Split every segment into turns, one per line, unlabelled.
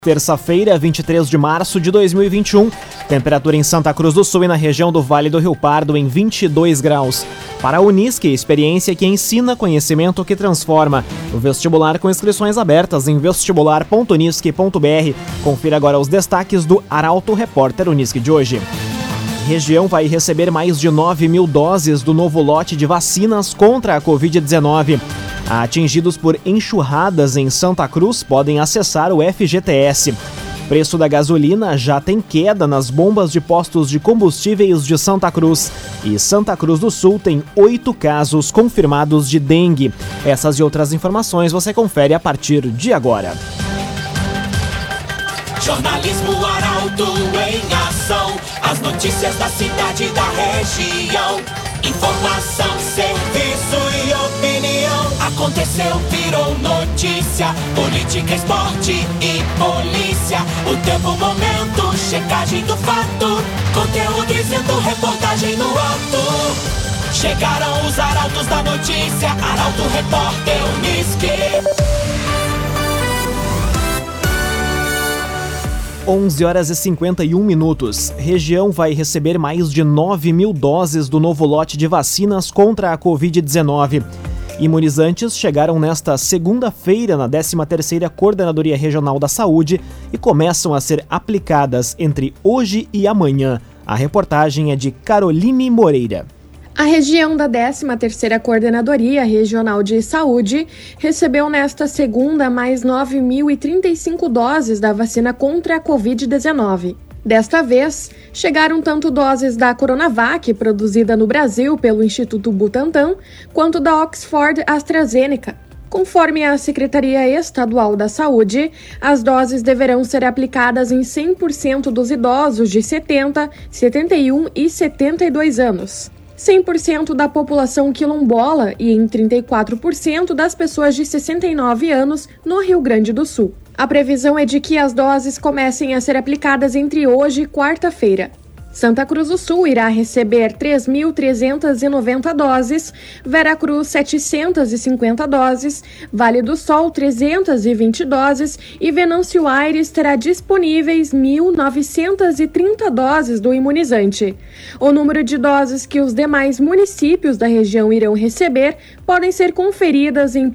Terça-feira, 23 de março de 2021, temperatura em Santa Cruz do Sul e na região do Vale do Rio Pardo em 22 graus. Para a Unisque, experiência que ensina, conhecimento que transforma. O vestibular com inscrições abertas em vestibular.unisque.br. Confira agora os destaques do Arauto Repórter Unisque de hoje. A região vai receber mais de 9 mil doses do novo lote de vacinas contra a Covid-19. Atingidos por enxurradas em Santa Cruz podem acessar o FGTS. Preço da gasolina já tem queda nas bombas de postos de combustíveis de Santa Cruz. E Santa Cruz do Sul tem 8 casos confirmados de dengue. Essas e outras informações você confere a partir de agora.
Jornalismo Arauto em ação. As notícias da cidade e da região. Informação, serviço e opinião. Aconteceu, virou notícia. Política, esporte e polícia. O tempo, momento, checagem do fato. Conteúdo dizendo, reportagem no ato. Chegaram os arautos da notícia. Arauto Repórter Unisque.
11 horas e 51 minutos. Região vai receber mais de 9 mil doses do novo lote de vacinas contra a Covid-19. Imunizantes chegaram nesta segunda-feira na 13ª Coordenadoria Regional da Saúde e começam a ser aplicadas entre hoje e amanhã. A reportagem é de Caroline Moreira.
A região da 13ª Coordenadoria Regional de Saúde recebeu nesta segunda mais 9.035 doses da vacina contra a Covid-19. Desta vez, chegaram tanto doses da Coronavac, produzida no Brasil pelo Instituto Butantan, quanto da Oxford AstraZeneca. Conforme a Secretaria Estadual da Saúde, as doses deverão ser aplicadas em 100% dos idosos de 70, 71 e 72 anos. 100% da população quilombola e em 34% das pessoas de 69 anos no Rio Grande do Sul. A previsão é de que as doses comecem a ser aplicadas entre hoje e quarta-feira. Santa Cruz do Sul irá receber 3.390 doses, Veracruz 750 doses, Vale do Sol 320 doses e Venâncio Aires terá disponíveis 1.930 doses do imunizante. O número de doses que os demais municípios da região irão receber podem ser conferidas em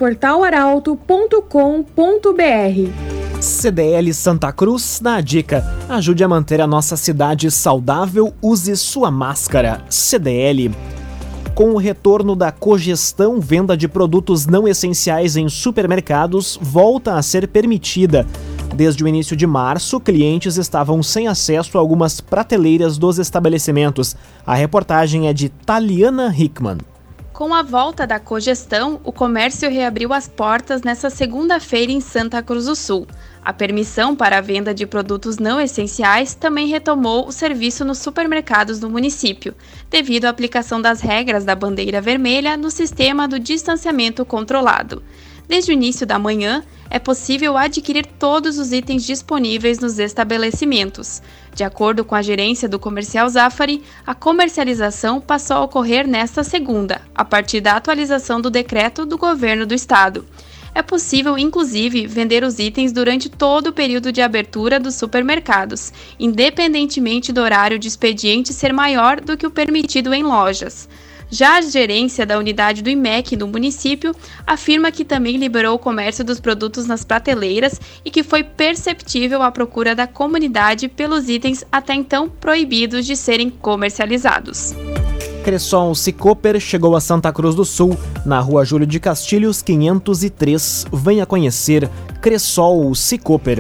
portalaralto.com.br.
CDL Santa Cruz dá a dica: ajude a manter a nossa cidade saudável, use sua máscara. CDL. Com o retorno da cogestão, venda de produtos não essenciais em supermercados volta a ser permitida. Desde o início de março, clientes estavam sem acesso a algumas prateleiras dos estabelecimentos. A reportagem é de Taliana Hickman.
Com a volta da cogestão, o comércio reabriu as portas nesta segunda-feira em Santa Cruz do Sul. A permissão para a venda de produtos não essenciais também retomou o serviço nos supermercados do município, devido à aplicação das regras da bandeira vermelha no sistema do distanciamento controlado. Desde o início da manhã, é possível adquirir todos os itens disponíveis nos estabelecimentos. De acordo com a gerência do Comercial Zafari, a comercialização passou a ocorrer nesta segunda, a partir da atualização do decreto do governo do estado. É possível, inclusive, vender os itens durante todo o período de abertura dos supermercados, independentemente do horário de expediente ser maior do que o permitido em lojas. Já a gerência da unidade do IMEC do município afirma que também liberou o comércio dos produtos nas prateleiras e que foi perceptível a procura da comunidade pelos itens até então proibidos de serem comercializados.
Cressol Cicoper chegou a Santa Cruz do Sul, na Rua Júlio de Castilhos, 503. Venha conhecer Cressol Cicoper.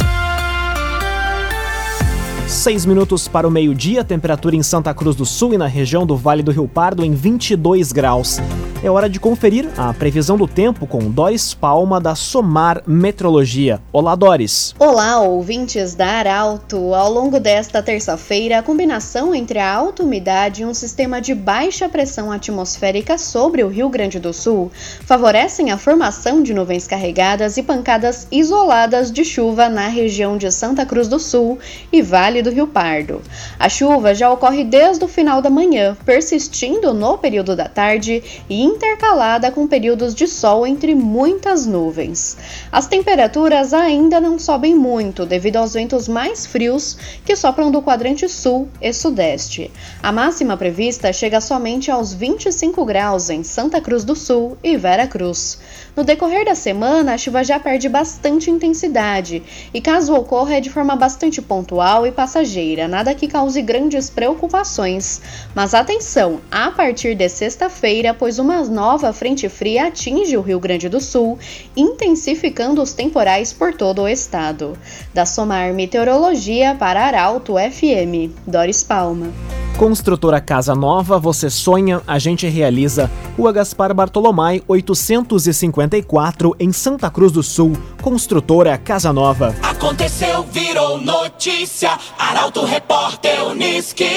6 minutos para o meio-dia, temperatura em Santa Cruz do Sul e na região do Vale do Rio Pardo em 22 graus. É hora de conferir a previsão do tempo com Doris Palma, da Somar Metrologia. Olá, Doris.
Olá, ouvintes da Arauto. Ao longo desta terça-feira, a combinação entre a alta umidade e um sistema de baixa pressão atmosférica sobre o Rio Grande do Sul favorecem a formação de nuvens carregadas e pancadas isoladas de chuva na região de Santa Cruz do Sul e Vale do Rio Pardo. A chuva já ocorre desde o final da manhã, persistindo no período da tarde e intercalada com períodos de sol entre muitas nuvens. As temperaturas ainda não sobem muito devido aos ventos mais frios que sopram do quadrante sul e sudeste. A máxima prevista chega somente aos 25 graus em Santa Cruz do Sul e Veracruz. No decorrer da semana, a chuva já perde bastante intensidade e, caso ocorra, é de forma bastante pontual e passageira, nada que cause grandes preocupações. Mas atenção, a partir de sexta-feira, pois uma nova frente fria atinge o Rio Grande do Sul, intensificando os temporais por todo o estado. Da Somar Meteorologia para Arauto FM, Doris Palma.
Construtora Casa Nova, você sonha, a gente realiza. Rua Gaspar Bartolomai, 854, em Santa Cruz do Sul. Construtora Casa Nova.
Aconteceu, virou notícia. Arauto Repórter Unisque.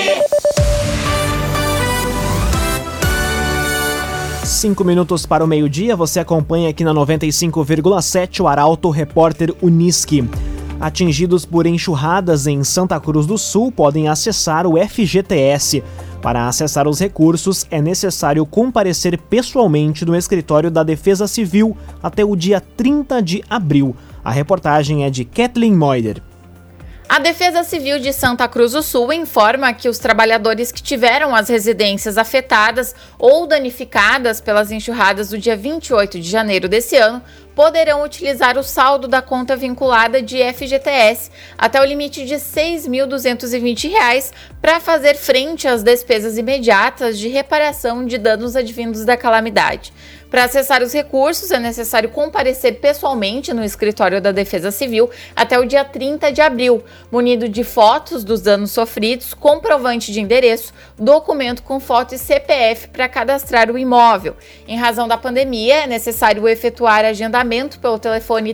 5 minutos para o meio-dia, você acompanha aqui na 95,7 o Arauto Repórter Unisque. Atingidos por enxurradas em Santa Cruz do Sul podem acessar o FGTS. Para acessar os recursos, é necessário comparecer pessoalmente no escritório da Defesa Civil até o dia 30 de abril. A reportagem é de Kathleen Moider.
A Defesa Civil de Santa Cruz do Sul informa que os trabalhadores que tiveram as residências afetadas ou danificadas pelas enxurradas do dia 28 de janeiro desse ano poderão utilizar o saldo da conta vinculada de FGTS até o limite de R$ 6.220 para fazer frente às despesas imediatas de reparação de danos advindos da calamidade. Para acessar os recursos, é necessário comparecer pessoalmente no escritório da Defesa Civil até o dia 30 de abril, munido de fotos dos danos sofridos, comprovante de endereço, documento com foto e CPF para cadastrar o imóvel. Em razão da pandemia, é necessário efetuar agendamento pelo telefone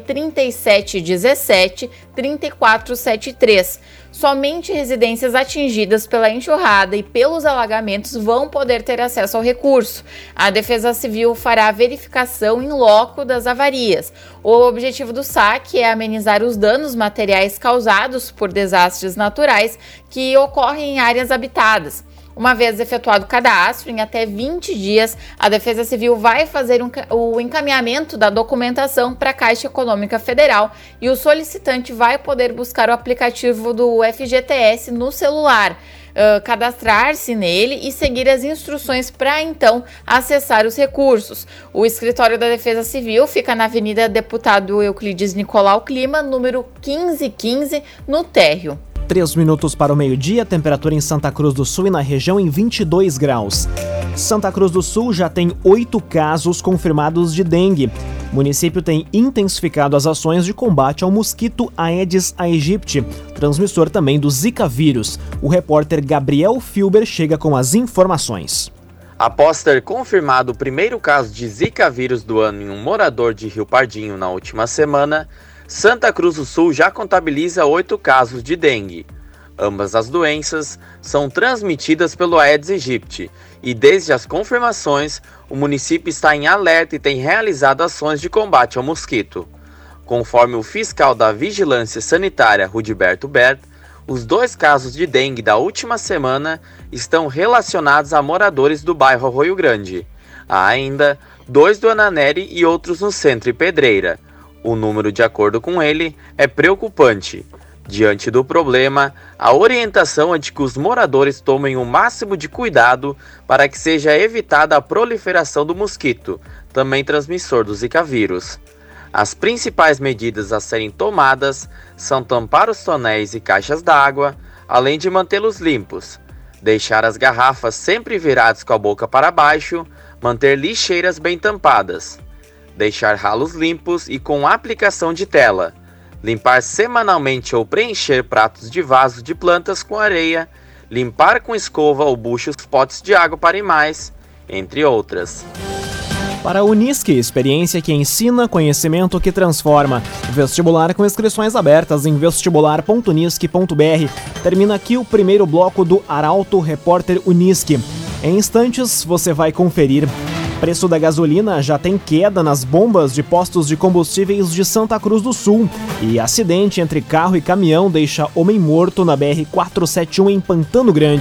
3717-3473. Somente residências atingidas pela enxurrada e pelos alagamentos vão poder ter acesso ao recurso. A Defesa Civil fará a verificação in loco das avarias. O objetivo do saque é amenizar os danos materiais causados por desastres naturais que ocorrem em áreas habitadas. Uma vez efetuado o cadastro, em até 20 dias, a Defesa Civil vai fazer o encaminhamento da documentação para a Caixa Econômica Federal e o solicitante vai poder buscar o aplicativo do FGTS no celular, cadastrar-se nele e seguir as instruções para então acessar os recursos. O escritório da Defesa Civil fica na Avenida Deputado Euclides Nicolau Clima, número 1515, no térreo.
3 minutos para o meio-dia, temperatura em Santa Cruz do Sul e na região em 22 graus. Santa Cruz do Sul já tem 8 casos confirmados de dengue. O município tem intensificado as ações de combate ao mosquito Aedes aegypti, transmissor também do Zika vírus. O repórter Gabriel Filber chega com as informações.
Após ter confirmado o primeiro caso de Zika vírus do ano em um morador de Rio Pardinho na última semana, Santa Cruz do Sul já contabiliza 8 casos de dengue. Ambas as doenças são transmitidas pelo Aedes aegypti e desde as confirmações, o município está em alerta e tem realizado ações de combate ao mosquito. Conforme o fiscal da Vigilância Sanitária, Rudiberto Bert, os 2 casos de dengue da última semana estão relacionados a moradores do bairro Arroio Grande. Há ainda 2 do Ananeri e outros no Centro e Pedreira. O número, de acordo com ele, é preocupante. Diante do problema, a orientação é de que os moradores tomem o máximo de cuidado para que seja evitada a proliferação do mosquito, também transmissor do Zika vírus. As principais medidas a serem tomadas são tampar os tonéis e caixas d'água, além de mantê-los limpos, deixar as garrafas sempre viradas com a boca para baixo, manter lixeiras bem tampadas, deixar ralos limpos e com aplicação de tela, limpar semanalmente ou preencher pratos de vaso de plantas com areia, limpar com escova ou bucho os potes de água para animais, entre outras.
Para a Unisque, experiência que ensina, conhecimento que transforma. Vestibular com inscrições abertas em vestibular.unisque.br. Termina aqui o primeiro bloco do Arauto Repórter Unisque. Em instantes, você vai conferir. Preço da gasolina já tem queda nas bombas de postos de combustíveis de Santa Cruz do Sul. E acidente entre carro e caminhão deixa homem morto na BR-471 em Pantano Grande.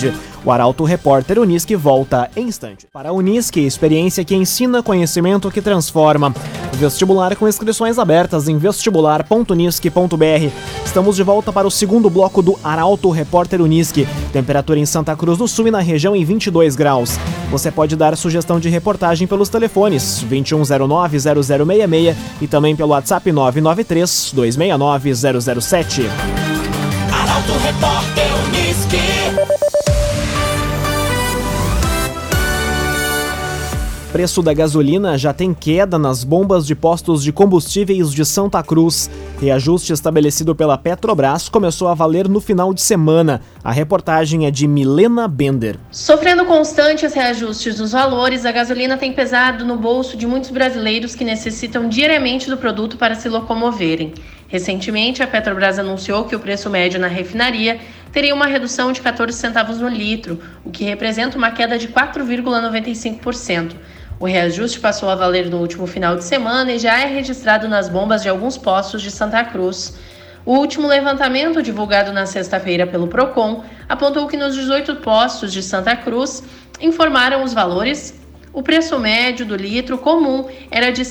O Arauto Repórter Unisque volta em instante. Para a Unisque, experiência que ensina, conhecimento que transforma. Vestibular com inscrições abertas em vestibular.unisque.br. Estamos de volta para o segundo bloco do Arauto Repórter Unisque. Temperatura em Santa Cruz do Sul e na região em 22 graus. Você pode dar sugestão de reportagem pelos telefones 2109-0066 e também pelo WhatsApp 993-269-007.
Arauto Repórter Unisque.
Preço da gasolina já tem queda nas bombas de postos de combustíveis de Santa Cruz. Reajuste estabelecido pela Petrobras começou a valer no final de semana. A reportagem é de Milena Bender.
Sofrendo constantes reajustes nos valores, a gasolina tem pesado no bolso de muitos brasileiros que necessitam diariamente do produto para se locomoverem. Recentemente, a Petrobras anunciou que o preço médio na refinaria teria uma redução de 14 centavos no litro, o que representa uma queda de 4,95%. O reajuste passou a valer no último final de semana e já é registrado nas bombas de alguns postos de Santa Cruz. O último levantamento, divulgado na sexta-feira pelo Procon, apontou que nos 18 postos de Santa Cruz informaram os valores. O preço médio do litro comum era de R$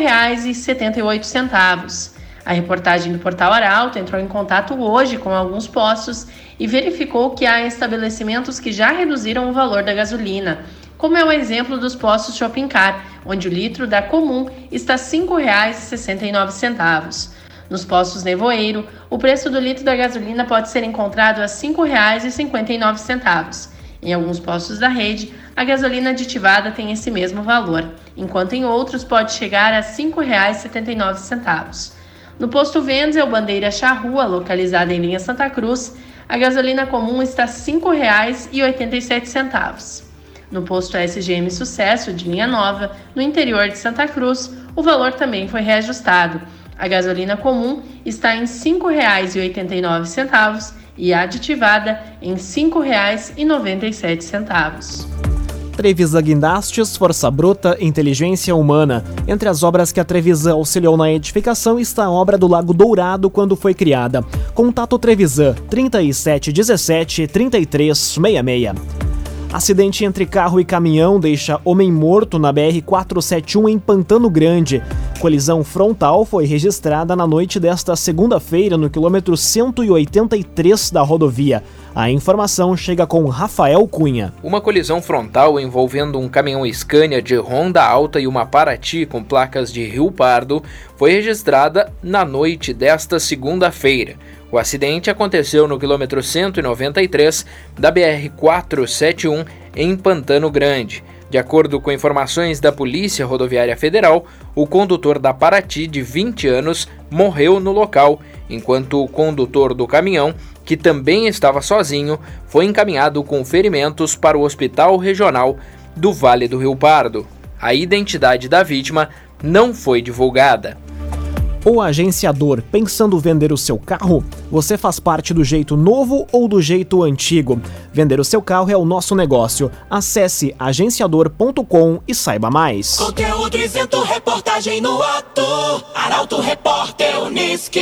5,78. A reportagem do Portal Arauto entrou em contato hoje com alguns postos e verificou que há estabelecimentos que já reduziram o valor da gasolina, como é o exemplo dos postos Shopping Car, onde o litro da comum está R$ 5,69. Nos postos Nevoeiro, o preço do litro da gasolina pode ser encontrado a R$ 5,59. Em alguns postos da rede, a gasolina aditivada tem esse mesmo valor, enquanto em outros pode chegar a R$ 5,79. No posto Wenzel Bandeira Charrua, localizada em linha Santa Cruz, a gasolina comum está R$ 5,87. No posto SGM Sucesso, de linha nova, no interior de Santa Cruz, o valor também foi reajustado. A gasolina comum está em R$ 5,89 e a aditivada em R$ 5,97.
Trevisan Guindastes, Força Bruta, Inteligência Humana. Entre as obras que a Trevisan auxiliou na edificação está a obra do Lago Dourado quando foi criada. Contato Trevisan 3717-3366. Acidente entre carro e caminhão deixa homem morto na BR-471 em Pantano Grande. Colisão frontal foi registrada na noite desta segunda-feira no quilômetro 183 da rodovia. A informação chega com Rafael Cunha.
Uma colisão frontal envolvendo um caminhão Scania de Honda Alta e uma Paraty com placas de Rio Pardo foi registrada na noite desta segunda-feira. O acidente aconteceu no quilômetro 193 da BR-471 em Pantano Grande. De acordo com informações da Polícia Rodoviária Federal, o condutor da Paraty, de 20 anos, morreu no local, enquanto o condutor do caminhão, que também estava sozinho, foi encaminhado com ferimentos para o Hospital Regional do Vale do Rio Pardo. A identidade da vítima não foi divulgada.
O agenciador, pensando vender o seu carro? Você faz parte do jeito novo ou do jeito antigo? Vender o seu carro é o nosso negócio. Acesse agenciador.com e saiba mais.
Conteúdo isento, reportagem no ato. Arauto Repórter Unisque.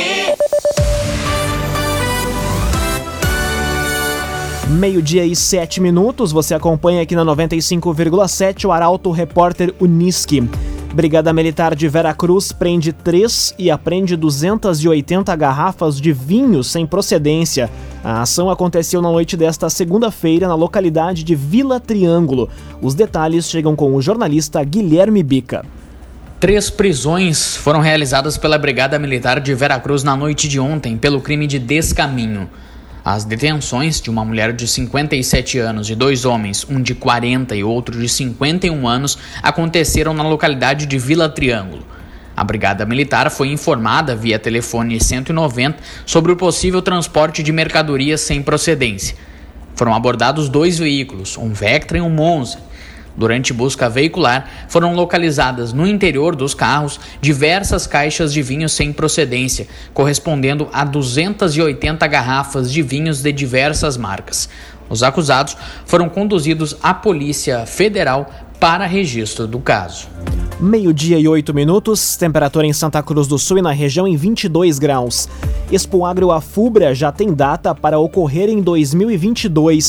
Meio-dia e 7 minutos, você acompanha aqui na 95,7 o Arauto Repórter Unisque. Brigada Militar de Veracruz prende 3 e apreende 280 garrafas de vinho sem procedência. A ação aconteceu na noite desta segunda-feira na localidade de Vila Triângulo. Os detalhes chegam com o jornalista Guilherme Bica.
3 prisões foram realizadas pela Brigada Militar de Veracruz na noite de ontem pelo crime de descaminho. As detenções de uma mulher de 57 anos e 2 homens, um de 40 e outro de 51 anos, aconteceram na localidade de Vila Triângulo. A Brigada Militar foi informada via telefone 190 sobre o possível transporte de mercadorias sem procedência. Foram abordados 2 veículos, um Vectra e um Monza. Durante busca veicular, foram localizadas no interior dos carros diversas caixas de vinho sem procedência, correspondendo a 280 garrafas de vinhos de diversas marcas. Os acusados foram conduzidos à Polícia Federal para registro do caso.
Meio-dia e 8 minutos, temperatura em Santa Cruz do Sul e na região em 22 graus. Expoagro Afubra já tem data para ocorrer em 2022.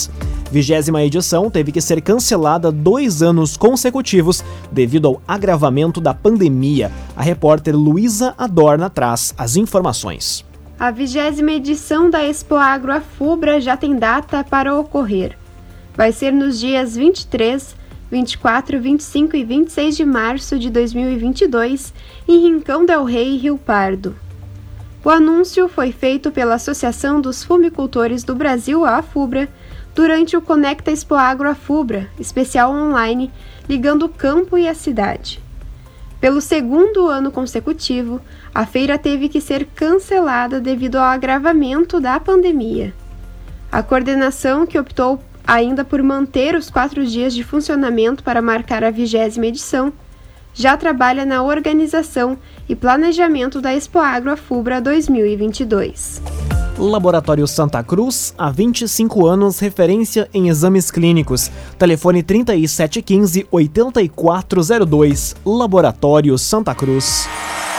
20ª edição teve que ser cancelada 2 anos consecutivos devido ao agravamento da pandemia. A repórter Luísa Adorna traz as informações.
A 20ª edição da Expoagro Afubra já tem data para ocorrer. Vai ser nos dias 23, 24, 25 e 26 de março de 2022, em Rincão del Rei e Rio Pardo. O anúncio foi feito pela Associação dos Fumicultores do Brasil, a Afubra, durante o Conecta Expoagro Afubra, especial online, ligando o campo e a cidade. Pelo 2º ano consecutivo, a feira teve que ser cancelada devido ao agravamento da pandemia. A coordenação, que optou ainda por manter os 4 dias de funcionamento para marcar a 20ª edição, já trabalha na organização e planejamento da Expoagro Afubra 2022.
Laboratório Santa Cruz, há 25 anos, referência em exames clínicos. Telefone 3715-8402, Laboratório Santa Cruz.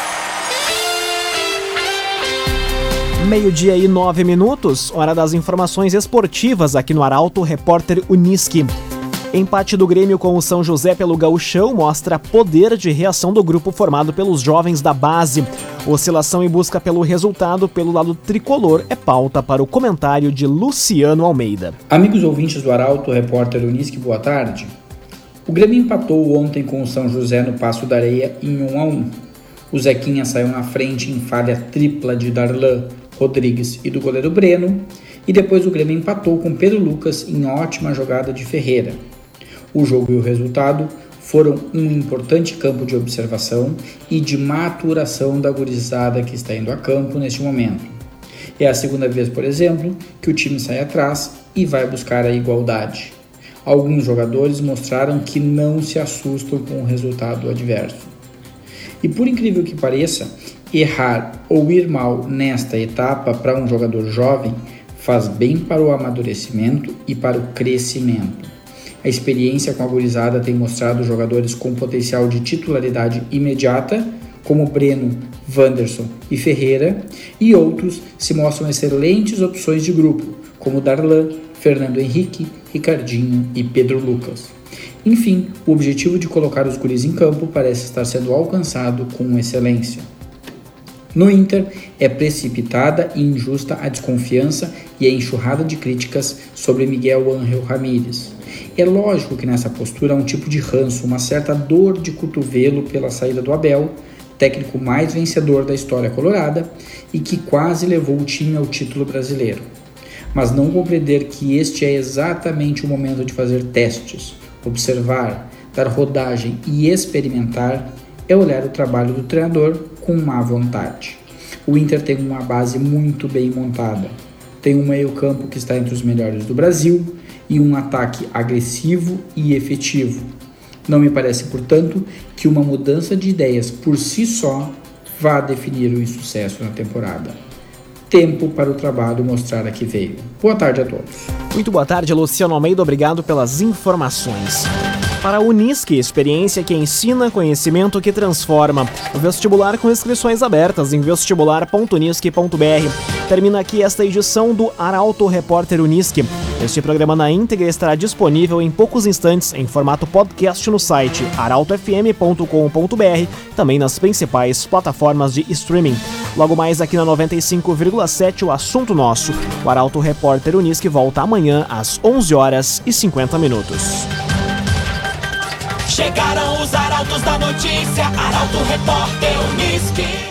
12:09, hora das informações esportivas aqui no Arauto Repórter Unisque. Empate do Grêmio com o São José pelo Gauchão mostra poder de reação do grupo formado pelos jovens da base. Oscilação e busca pelo resultado pelo lado tricolor é pauta para o comentário de Luciano Almeida.
Amigos ouvintes do Arauto Repórter Unisque, boa tarde. O Grêmio empatou ontem com o São José no Passo da Areia em 1-1. O Zequinha saiu na frente em falha tripla de Darlan, Rodrigues e do goleiro Breno, e depois o Grêmio empatou com Pedro Lucas em ótima jogada de Ferreira. O jogo e o resultado foram um importante campo de observação e de maturação da gurizada que está indo a campo neste momento. É a segunda vez, por exemplo, que o time sai atrás e vai buscar a igualdade. Alguns jogadores mostraram que não se assustam com o resultado adverso. E por incrível que pareça, errar ou ir mal nesta etapa para um jogador jovem faz bem para o amadurecimento e para o crescimento. A experiência com a gurizada tem mostrado jogadores com potencial de titularidade imediata, como Breno, Wanderson e Ferreira, e outros se mostram excelentes opções de grupo, como Darlan, Fernando Henrique, Ricardinho e Pedro Lucas. Enfim, o objetivo de colocar os guris em campo parece estar sendo alcançado com excelência. No Inter, é precipitada e injusta a desconfiança e a enxurrada de críticas sobre Miguel Ángel Ramírez. É lógico que nessa postura há um tipo de ranço, uma certa dor de cotovelo pela saída do Abel, técnico mais vencedor da história colorada e que quase levou o time ao título brasileiro. Mas não compreender que este é exatamente o momento de fazer testes, observar, dar rodagem e experimentar é olhar o trabalho do treinador com má vontade. O Inter tem uma base muito bem montada, tem um meio-campo que está entre os melhores do Brasil e um ataque agressivo e efetivo. Não me parece, portanto, que uma mudança de ideias por si só vá definir o insucesso na temporada. Tempo para o trabalho mostrar a que veio. Boa tarde a todos.
Muito boa tarde, Luciano Almeida. Obrigado pelas informações. Para a Unisque, experiência que ensina, conhecimento que transforma. O vestibular com inscrições abertas em vestibular.unisque.br. Termina aqui esta edição do Arauto Repórter Unisque. Este programa na íntegra estará disponível em poucos instantes em formato podcast no site arautofm.com.br, também nas principais plataformas de streaming. Logo mais aqui na 95,7 o assunto nosso. O Arauto Repórter Unisque volta amanhã às 11h50.
Chegaram os arautos da notícia, Arauto Repórter Unisque.